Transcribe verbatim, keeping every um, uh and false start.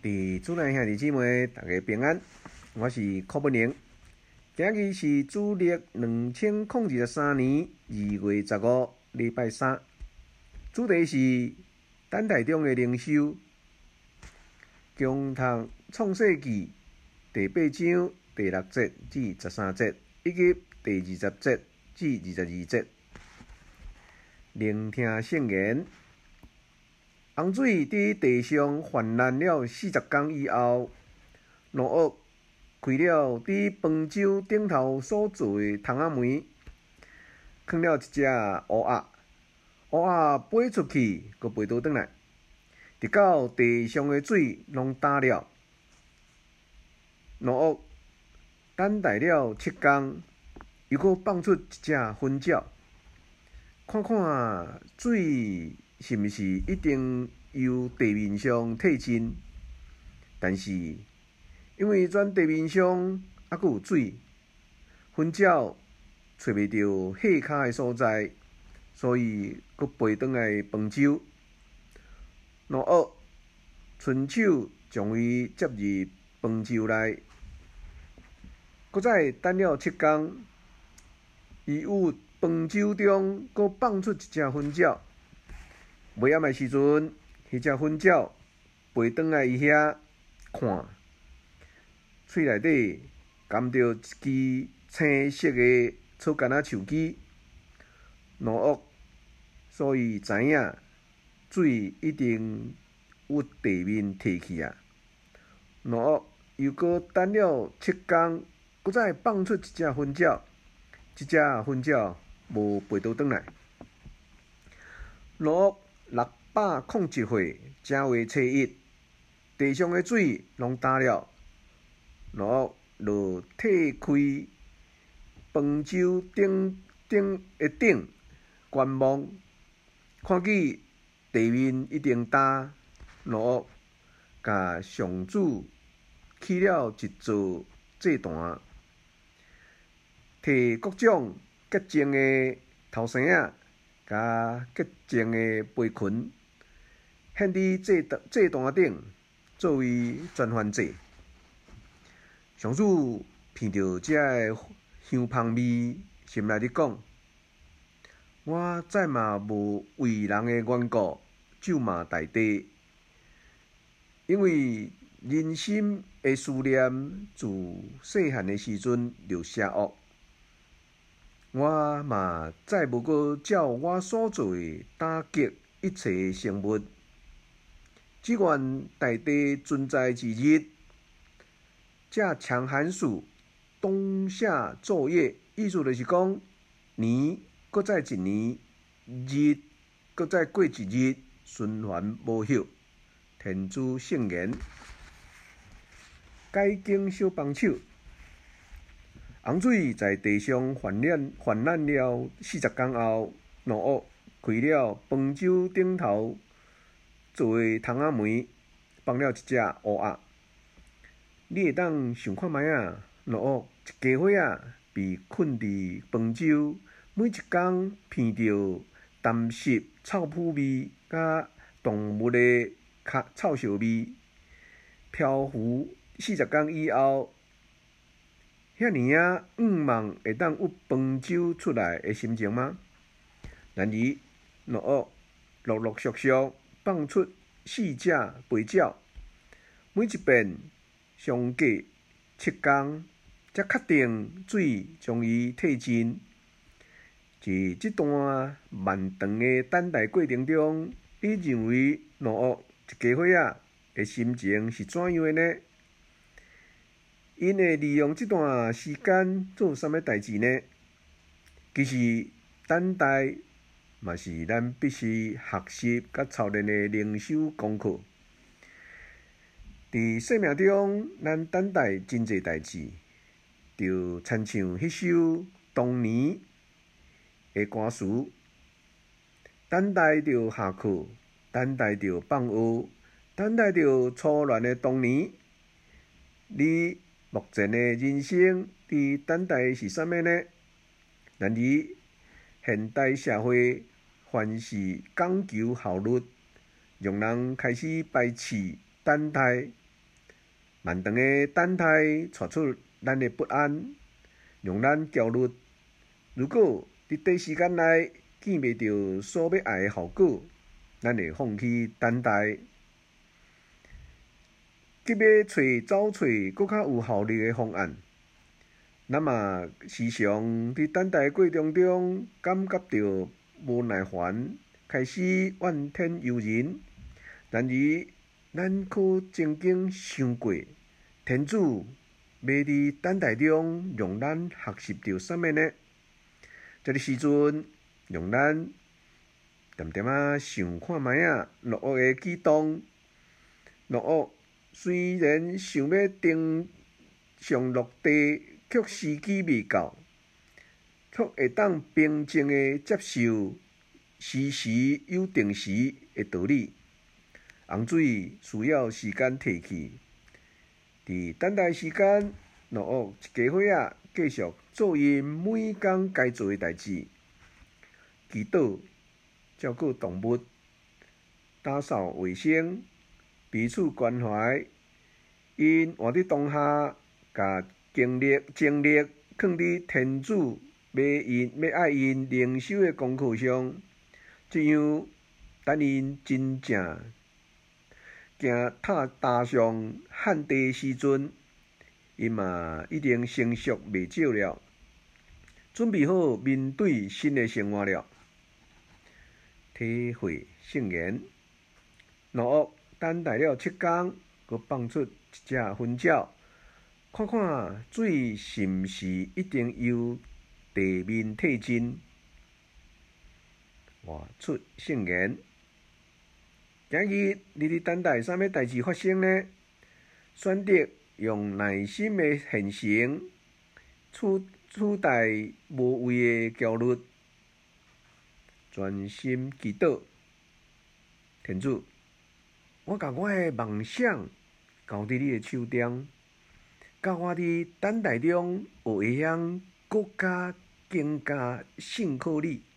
伫主内兄弟姊妹，大家平安。我是柯文宁。今日是主历两千零二十三年二月十五，礼拜三。主题是等待中的灵修。共读创世纪第八章第六节至十三节，以及第二十节至二十二节。聆听圣言。洪水伫地上泛滥了四十天以后，挪厄开了伫方舟顶头所做的窗仔门，放了一只乌鸦。乌鸦飞出去，阁飞倒转来，直到地上的水拢干了。挪厄等待了七天，又阁放出一只粉鸟，看看水是毋是一定由地面上退尽？但是因为咱地面上还阁有水，粉鸟找袂到下骹的所在，所以阁飞转来方舟。挪厄伸手将伊接入方舟内，搁再等了七天，伊有方舟中阁放出一只粉鸟。尾暗的时阵，迄只粉鸟飞转来伊遐看，喙内底含着一支青色的草干仔树枝。挪厄所以知影水一定有地面退去啊。挪厄又搁等了七天，搁再放出一只粉鸟，即只粉鸟无飞倒转来。挪厄六百零一岁正月初一，地上的水拢干了，挪厄就退开方舟顶顶的顶观望，看见地面一定干，挪厄甲上主起了一座祭坛，摕各种洁净的头生仔，甲洁净的杯裙，献伫祭祭坛顶，作为全燔祭。上主闻到这个香香味，心内咧讲：我再嘛无为人的缘故咒骂大地，因为人心的思念自细汉的时阵就邪恶。我嘛再无阁照我所做的打击一切生物，只愿大地存在之日，这长寒暑、冬夏昼夜，意思就是讲，年搁再一年，日搁再过一日，循环无休。天主圣言。解经小帮手。洪水在地上泛滥泛滥了四十天后，挪厄开了方舟顶头做的窗仔门，放了一只乌鸦。你会当想看卖啊？挪厄一家伙仔被困伫方舟，每一工闻到淡湿臭扑味甲动物的臭臭味，漂浮四十天以后，遐尼啊愿望会当有方舟出来的心情吗？然而，挪厄陆陆续续放出四只飞鸟，每一遍相隔七天，才确定水将伊退尽。在这段漫长的等待过程中，你认为挪厄一家伙仔的心情是怎样的呢？因会利用这段时间做啥物代志呢？其实，等待嘛是咱必须学习甲操练的灵修功课。伫生命中，咱等待真侪代志，就亲像迄首当年的歌词：等待着下课，等待着放学，等待着初恋的当年。你目前的人生伫等待的是啥物呢？然而，现代社会凡事讲求效率，让人开始排斥等待， 漫长的等待带出咱的不安，让咱焦虑。如果伫短时间内见袂到所要爱的效果，咱会放弃等待。急要找找找搁较有效率的方案，咱嘛时常伫等待过程中感觉到无耐烦，开始怨天尤人。然而，咱可曾经想过，天主要伫等待中让咱学习到啥物呢？这个时阵，让咱点点仔想看卖啊，诺厄的举动。诺厄虽然想要登上陆地，却时机未到，却会当平静的接受时时有定时的道理。洪水需要时间退去，伫等待时间，诺厄一家伙仔继续做因每工该做的代志，祈祷、照顾动物、打扫卫生、彼此关怀。因活伫当下，甲精力、精力放伫天主要因要爱因灵修的功课上，这样等因真正行踏踏上旱地时阵，因嘛已经成熟袂少了，准备好面对新的生活了。体会圣言，诺厄等待了七天，佮放出一只蜂鸟，看看水是毋是一定由地面退尽。活出圣言。今日你伫等待啥物代志发生呢？选择用耐心的现成，取取代无谓的焦虑，专心祈祷。天主，我甲我的梦想交伫你的手中，教我伫等待中学会晓更加更加信靠你。